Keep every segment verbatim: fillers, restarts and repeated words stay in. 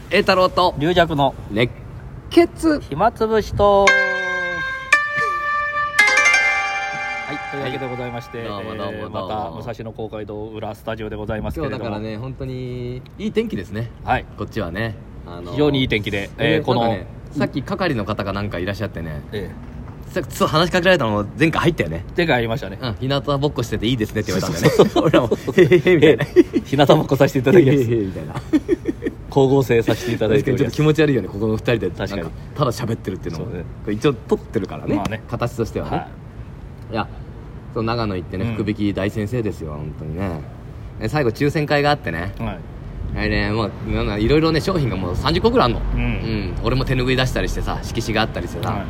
栄太郎と龍尺の熱血暇つぶしとはいというわけでございまして、 はい、どうもどうもどうも、 えー、また武蔵野公会堂裏スタジオでございますけれども、 今日だからね本当にいい天気ですね。 はい、 こっちはね、あのー、 非常にいい天気で、えー、この、 ね、さっき係の方がなんかいらっしゃってね、 えー、さ話しかけられたの前回入ったよね。 前回ありましたね。 うん、日向ぼっこしてていいですねって言われたんだよね。俺らもへへへみたいな日向ぼっこさせていただきますへへへみたいな光合成させていただいております。 確かにちょっと気持ち悪いよね、ここのふたりで確かにただ喋ってるっていうのも、ね、これ一応撮ってるからね、まあ、ね形としてはね、はい、いやそう長野行ってね、うん、福引き大先生ですよ本当にね。最後抽選会があってね、はいあれね、もういろいろね商品がもうさんじゅっこぐらいあんの、うんうん、俺も手拭い出したりしてさ色紙があったりしてさ、はい、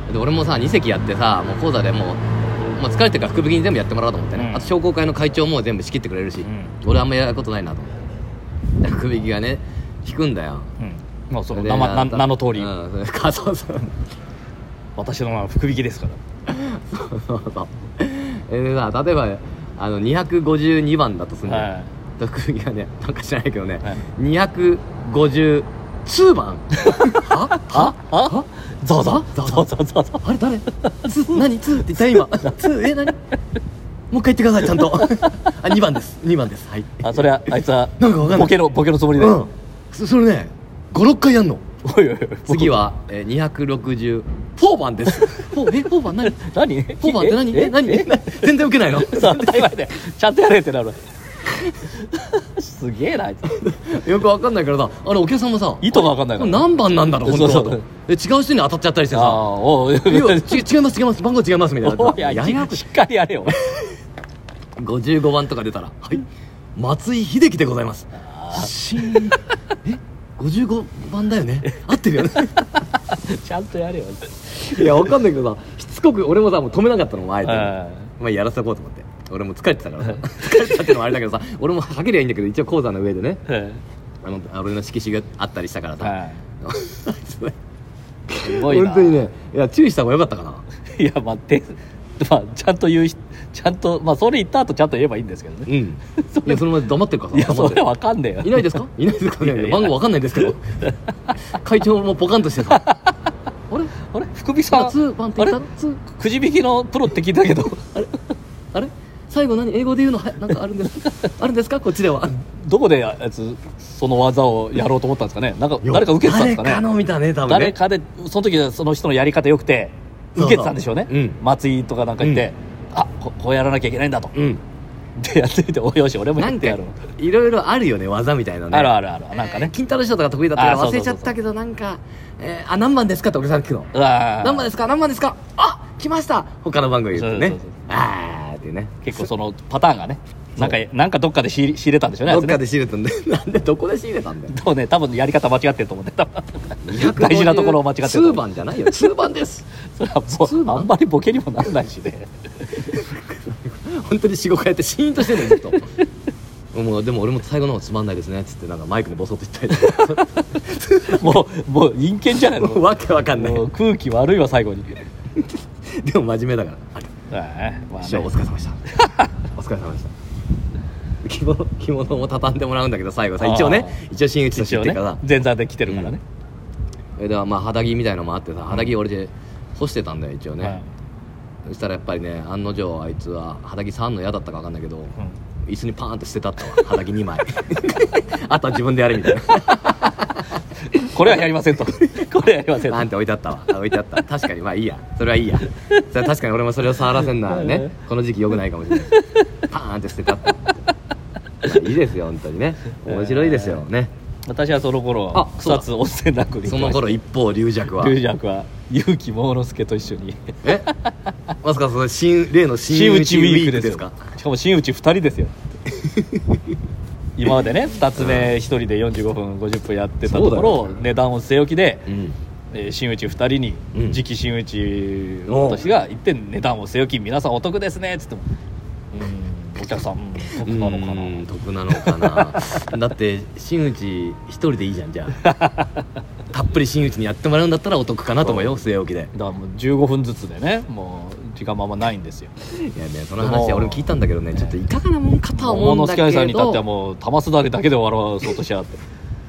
で俺もさに席やってさもう講座でもう、もう疲れてるから福引きに全部やってもらおうと思ってね、うん、あと商工会の会長も全部仕切ってくれるし、うん、俺あんまやることないなと思って福引きがね引くんだよ、 うん、もうその 名, 名, 名の通り、うん、 そうそう私の名は福引きですからそうそうそうえー、さ例えばあのにひゃくごじゅうにばんだとするんだよ、はい福引きがね、なんか知らないけどね、はい、にひゃくごじゅうにばんはははザワザワザワザワザワザワあれ誰つ何つって言った今つえ何もう一回言ってくださいちゃんとあにばんですにばんですはいあそれはあいつはなんかわかんないボケのボケのつもりで、うん、 そ, それねごろっかいやんのおいおいおい次は、えー、にひゃくろくじゅうよんばんですえよんばん何何よんばんって何え何え全然受けないのそう当たり前でちゃんとやれってなるすげえなあいつよくわかんないからさあれお客さんもさ意図がわかんないから何番なんだろう本当そうそうで違う人に当たっちゃったりしてさあおいや違います違います番号違いますみたいなやややしっかりやれよごじゅうごばんとか出たらはい松井秀喜でございますしーえごじゅうごばんだよね合ってるよねちゃんとやれよいやわかんないけどさしつこく俺もさもう止めなかったのもあえてまあやらせとこうと思って俺も疲れてたからさ疲れてたっていうのもあれだけどさ俺もはけりゃいいんだけど一応講座の上でねあの俺の色紙があったりしたからさすごいな本当にねいや注意した方がよかったかないや待ってまあちゃんと言うちゃんとまあそれ言った後ちゃんと言えばいいんですけどねうんいやそのまま黙ってるからさいやそれわかんねえよいないですかいないですか番号わかんないんですけど会長もポカンとしてさあれあれ福引さんにばんって言ったのくじ引きのプロって聞いたけどあれあれ最後何英語で言うのはなんかあるんですかあるんですかこっちではどこでやつその技をやろうと思ったんですかねなんか誰か受けてたんですかね誰かの見たね多分ね誰かでその時はその人のやり方良くて受けてたんでしょうねそうそう、うん、 松井とかなんか言って、うん、あ こ, こうやらなきゃいけないんだと、うん、でやってみておよし俺もやってやるいろいろあるよね技みたいなねあるあるあるなんかね金太郎師匠とか得意だったから忘れちゃったけどなんかえー、あ何番ですかって俺さん聞くの何番ですか何番ですかあ来ました他の番組言ってねそうそうそうあーってね結構そのパターンがねなんかなんかどっかで仕入れたんでしょうねどっかで仕入れたんでなんでどこで仕入れたんだよそうね多分やり方間違ってると思ってた大事なところを間違ってるにばんじゃないよにばんですそれはもうあんまりボケにもならないしね本当によん、ごかいやってシーンとしてるのずっともうでも俺も最後の方つまんないですねっつってなんかマイクにボソッと言ったりもうもう陰険じゃないのわけわかんない空気悪いわ最後にでも真面目だからあれ、まあね、師匠お疲れ様でしたお疲れ様でした着物, 着物も畳んでもらうんだけど最後さ一応ね一応真打ちとしてっていうからさ、 ね、前座で来てるからね、 うん、でまあ肌着みたいのもあってさ肌着俺で干してたんだよ一応ね、はい、そしたらやっぱりね案の定あいつは肌着触んの嫌だったか分かんないけど、うん椅子にパーンって捨てたったわ肌着にまいあとは自分でやれみたいなこれはやりませんとこれはやりませんとパーンって置いてあったわ置いてあった確かにまあいいやそれはいいやそれ確かに俺もそれを触らせんならねこの時期良くないかもしれないパーンって捨てたった、まあ、いいですよ本当にね面白いですよね私はその頃は草津温泉楽にその頃一方龍尺は龍尺は結城桃之助と一緒にえまさかそれ新例の新打ちウィークですかしかも新打ちふたりですよ今までねふたつめひとりでよんじゅうごふんごじゅっぷんやってたところを値段を据え置きで、うんえー、新打ちふたりに次期新打ちの私が言って値段を据え置き皆さんお得ですねっつってもうんお客さん得なのかな得なのかなだって新打ち一人でいいじゃんじゃあたっぷり真打ちにやってもらうんだったらお得かなと思うよ据え置きでだからもうじゅうごふんずつでねもう時間もあんまないんですよいやねその話は俺も聞いたんだけどねちょっといかがなもんかとは思うんだけど桃之助さんに至ってはもう玉すだけだけで終わらそうとしやがって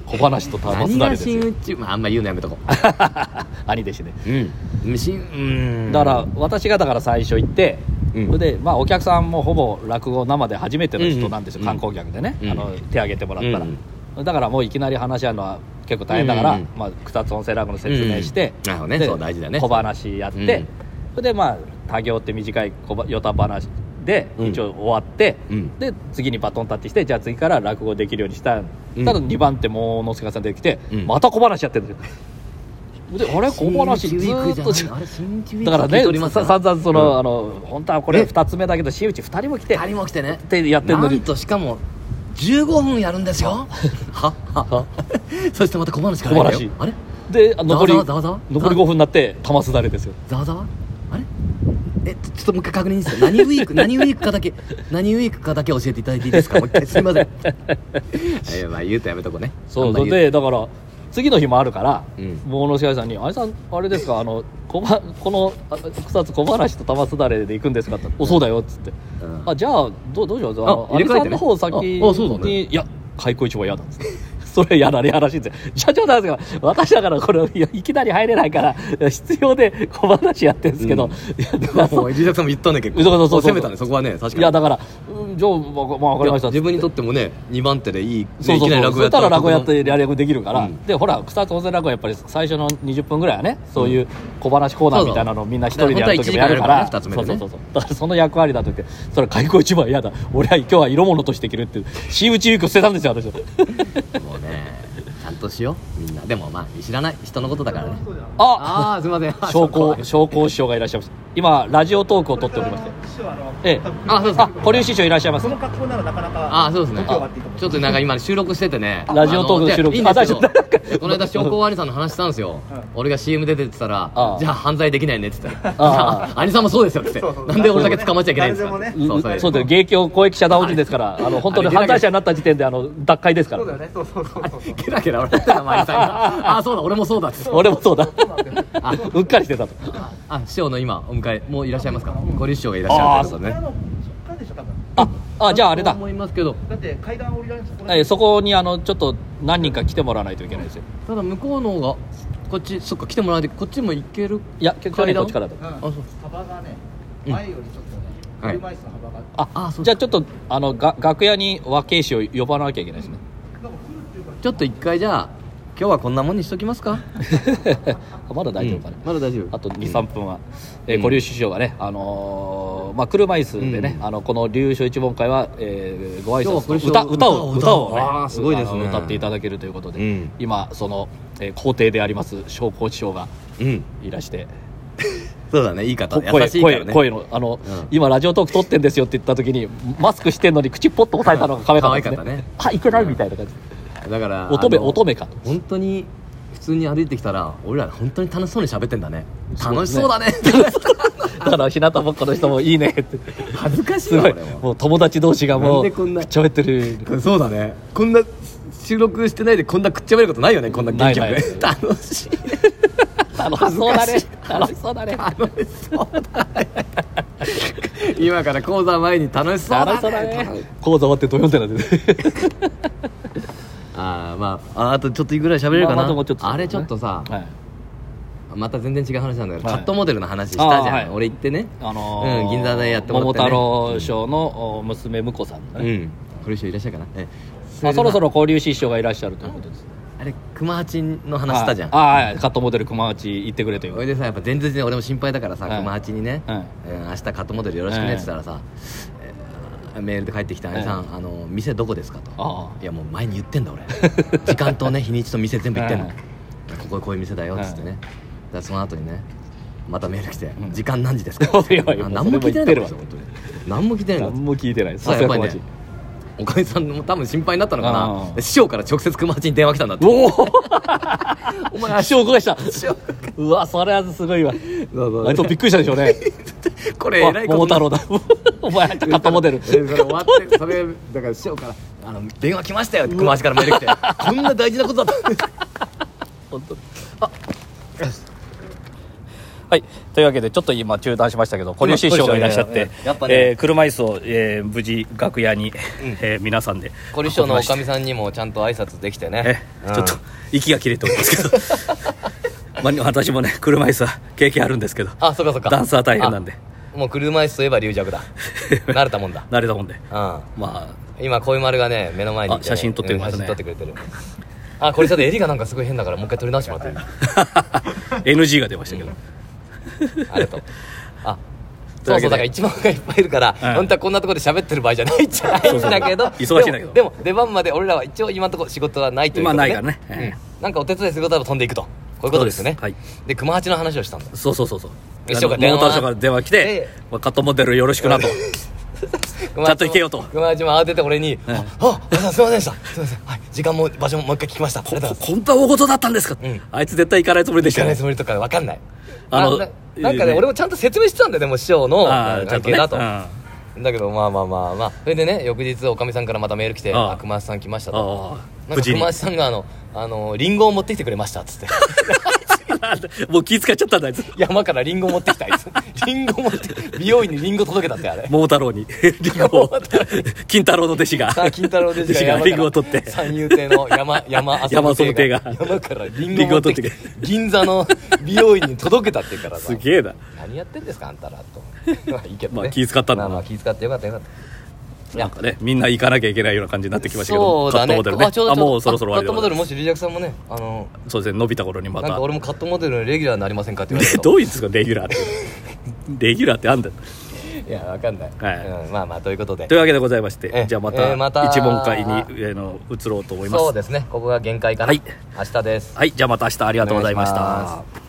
小話と玉すだれですよ。 何が真打ち、まあ、あんま言うのやめとこう兄弟子で、 うん、しうんだから私がだから最初行って、うん、それで、まあ、お客さんもほぼ落語生で初めての人なんですよ、うん、観光客でね、うん、あの手挙げてもらったら、うん、だからもういきなり話し合うのは結構大変だから、うんうんまあ、草津温泉落語の説明して、 うんうんね、そう大事だね、 小話やって、うん、それでまあ他行って短いよた話で一応終わって、うん、で次にバトンタッチしてじゃあ次から落語できるようにした、うん、ただにばん手ものすけさん出てきて、うん、また小話やってるんですよ。であれ小話ずーっとだからねさ散々その、うん、あの本当はこれふたつめだけど真打ちふたりも来てふたりも来てねってやってるのになんとしかもじゅうごふんやるんですよははそしてまた小話から入ったよあれで残り残りごふんになって玉すだれですよ。 ざわざわあれえちょっともう一回確認ですよ。何ウィーク何ウィークかだけ何ウィークかだけ教えていただいていいですか。もう一回すみませんえまあ言うとやめとこね。 そうでだから次の日もあるから、うん、もうのしがいさんに「あれさんあれですかあのこばこの草津小話と玉すだれで行くんですか?」って「おそうだよ」っつって、うん、あじゃあどうどうしようあのあれさんの方先にああそうだ、ね、いや開口一番嫌だっつってそれやられやらしいんですよ。社長なんですが私だからこれいきなり入れないから必要で小話やってるんですけど、うん、いやだからもうリザさんも言ったね結構そうそうそう攻めたねそこはね確かに。 いやだから、うん、じゃあ、まあ、まあ、分かりました。 自分にとってもねにばん手でいいそうそうそうそうそしたら落語やってやりできるから、うん、でほら草津温泉落語はやっぱり最初のにじゅっぷんぐらいはねそういう小話コーナーみたいなのをみんな一人でやる時もやるから、そうそうそうそうだからその役割だと言ってそれ開口一番嫌だ俺は今日は色物として着るって真打ちウィーク捨てたんですよ私はもうねちゃんとしようみんな。でもまあ知らない人のことだからね。 ああすいません商工商工師匠がいらっしゃいます。今ラジオトークを撮っておりましてええあそうですあ保留師匠いらっしゃいます。 この格好ならなかなかあそうですねちょっとなんか今収録しててねラジオトークの収録いいんですけどこの間商工兄さんの話したんですよ、うん、俺が シーエム で出てたらじゃあ犯罪できないねって言ったら兄さんもそうですよってなんで俺だけ捕まっちゃいけないんですか、ね、 そうそうそうだよ芸協公益社団法人ですからあの本当に犯罪者になった時点であの脱会ですからそうだよねそうそうそうそうケラケラ笑ってた前さんがあそうだ俺もそうだって俺もそうだあうっかりしてたとあ師匠の今お迎えもういらっしゃいますか。ご立師匠がいらっしゃるということね。 ああじゃああれだ思いますけどだって階段降りられるんですか。えそこにあのちょっと何人か来てもらわないといけないですよ。 ただ向こうの方がこっちそっか来てもらわないとこっちも行ける。 いや結構ねこっちからだ、うん、 あそう幅がね前よりちょっとね、うん、車椅子の幅がああそうじゃあちょっとあのが楽屋に若い師を呼ばなきゃいけないですね。 ちょっと一回じゃあ今日はこんなもんにしときますかまだ大丈夫かね、 うん、まだ大丈夫あと にさんぷんは、うんえー、小龍師匠がね、あのーまあ、車椅子でね、うん、あのこの龍書一門会は、えー、ご挨拶と歌歌を歌を、ね、 あすごいですね歌っていただけるということで、うん、今その、えー、皇帝であります商工師匠がいらして、 うん、そうだねいい方優しいからね声, 声のあの、うん、今ラジオトーク撮ってんですよって言った時にマスクしてんのに口ポッと押さえたのが可愛かったですね。 ねあいけないみたいな感じだから乙女乙女かと本当に普通に歩いてきたら俺ら本当に楽しそうに喋ってんだね。楽しそうだねだから日向ぼっこの人もいいねって恥ずかしいわ俺ももう友達同士がもうくっちゃべってる。 そうだねこんな収録してないでこんなくっちゃべることないよねこんな元気よね楽しい楽しそうだね楽しそうだね楽しそうだね今から講座前に楽しそうだね楽しそうだね講座終わってどよんってなってあまああとちょっといくらい喋れるかな、まあまあ、あれちょっとさ、はい、また全然違う話なんだけど、はい、カットモデルの話したじゃん、はい、俺行ってね、 あのーうん、銀座でやってもらって、ね、 桃太郎賞の娘婿さん、ね、 うんこれ一緒いらっしゃるかな、えそ, そろそろ交流師匠がいらっしゃるということです。 あれ熊八の話したじゃん。 ああ、はい、カットモデル熊八行ってくれという。 それでさやっぱ前日に俺も心配だからさ、はい、熊八にね、はいえー、明日カットモデルよろしくねって言ったらさ、はいえー、メールで帰ってきた兄さん、はい、あの店どこですかと。ああいやもう前に言ってんだ俺時間とね日にちと店全部言ってんの、はい、こここういう店だよっつってね、はい、だからその後にねまたメール来て、うん、時間何時ですかっていやいや何も聞いてないんだよ何も聞いてない何も聞いてないさすが熊八おかみさんも多分心配になったのかな師匠から直接熊八に電話来たんだっておお前師匠お伺いしたうわそれはすごいわあいつびっくりしたでしょうねこれ偉いこと桃太郎だお前カットモデルそれ終わってそれだから師匠からあの電話来ましたよって熊八からメール来てこんな大事なことだったんです本当あはい、というわけでちょっと今中断しましたけど、小西師匠がいらっしゃって、やっぱね、えー、車椅子を、えー、無事楽屋に、うんえー、皆さんで小西師匠のおかみさんにもちゃんと挨拶できてね、 えー、ちょっと息が切れておりますけどまあ、私もね車椅子は経験あるんですけど、 あ、そうかそうか、 ダンスは大変なんで、 もう車椅子といえば龍弱だ慣れたもんだ慣れたもんで、うん、 まあ今小丸がね目の前にいて、ね、 写真撮ってるからね、 写真撮ってくれてるあ、これちょっと襟がなんかすごい変だからもう一回撮り直してもらっていいエヌジー が出ましたけど、 うん、ありがとう。あ、そうそう、だから一番がいっぱいいるから、うん、本当はこんなところで喋ってる場合じゃないじゃないんだけど忙しいんだけど、 でも出番まで俺らは一応今のところ仕事はないということで、ね、 まあないからね、 うん、なんかお手伝いすることは飛んでいくと、こういうことですね。 はい、 で熊八の話をしたんだ。 そうそうそうそう、 モーターショーから電話来て、えーまあ、カットモデルよろしくなとちゃんと行けよと。 熊八も慌てて俺に、うん、ああ、すいませんでした、すいません、はい、時間も場所ももう一回聞きました、 本当は大事だったんですか、うん、あいつ絶対行かないつもりでした行かないつもりとか分かんない、あのななんかね、俺もちゃんと説明してたんだよ、でも師匠の関係だと、ね、うん、だけどまあまあまあまあ、それでね翌日おかみさんからまたメール来て、ああ熊橋さん来ましたと、なんか熊橋さんがあのあのリンゴを持ってきてくれましたっつってもう気遣っちゃったんだあいつ、 山からリンゴ持ってきたあいつリンゴ持って美容院にリンゴ届けたって、あれ桃太郎にリンゴを金太郎の弟子が金太郎の弟子がリンゴを取って、 三遊亭の山山遊ぶ亭が山からリンゴを持ってきて銀座の美容院に届けたって言うからさすげえな、 何やってんですかあんたらとまあいいけどね、 まあ気遣ったんだな、 まあまあ気遣ってよかったよかった。 なんかね、みんな行かなきゃいけないような感じになってきましたけど、 そうだね、カットモデルね、 あ、ちょうどちょうどあ、もうそろそろ終わりだ。 カットモデルもしリリアクさんもね、あのそうですね、伸びた頃にまた、 なんか俺もカットモデルのレギュラーになりませんかって言われたどういうんですかレギュラーってレギュラーってあんだいやわかんない、はい、うん、まあまあということでというわけでございまして、じゃあまた、えー、また一問会に、えー、の移ろうと思います。 そうですね、ここが限界かな、はい、明日です。 はい、じゃあまた明日ありがとうございました。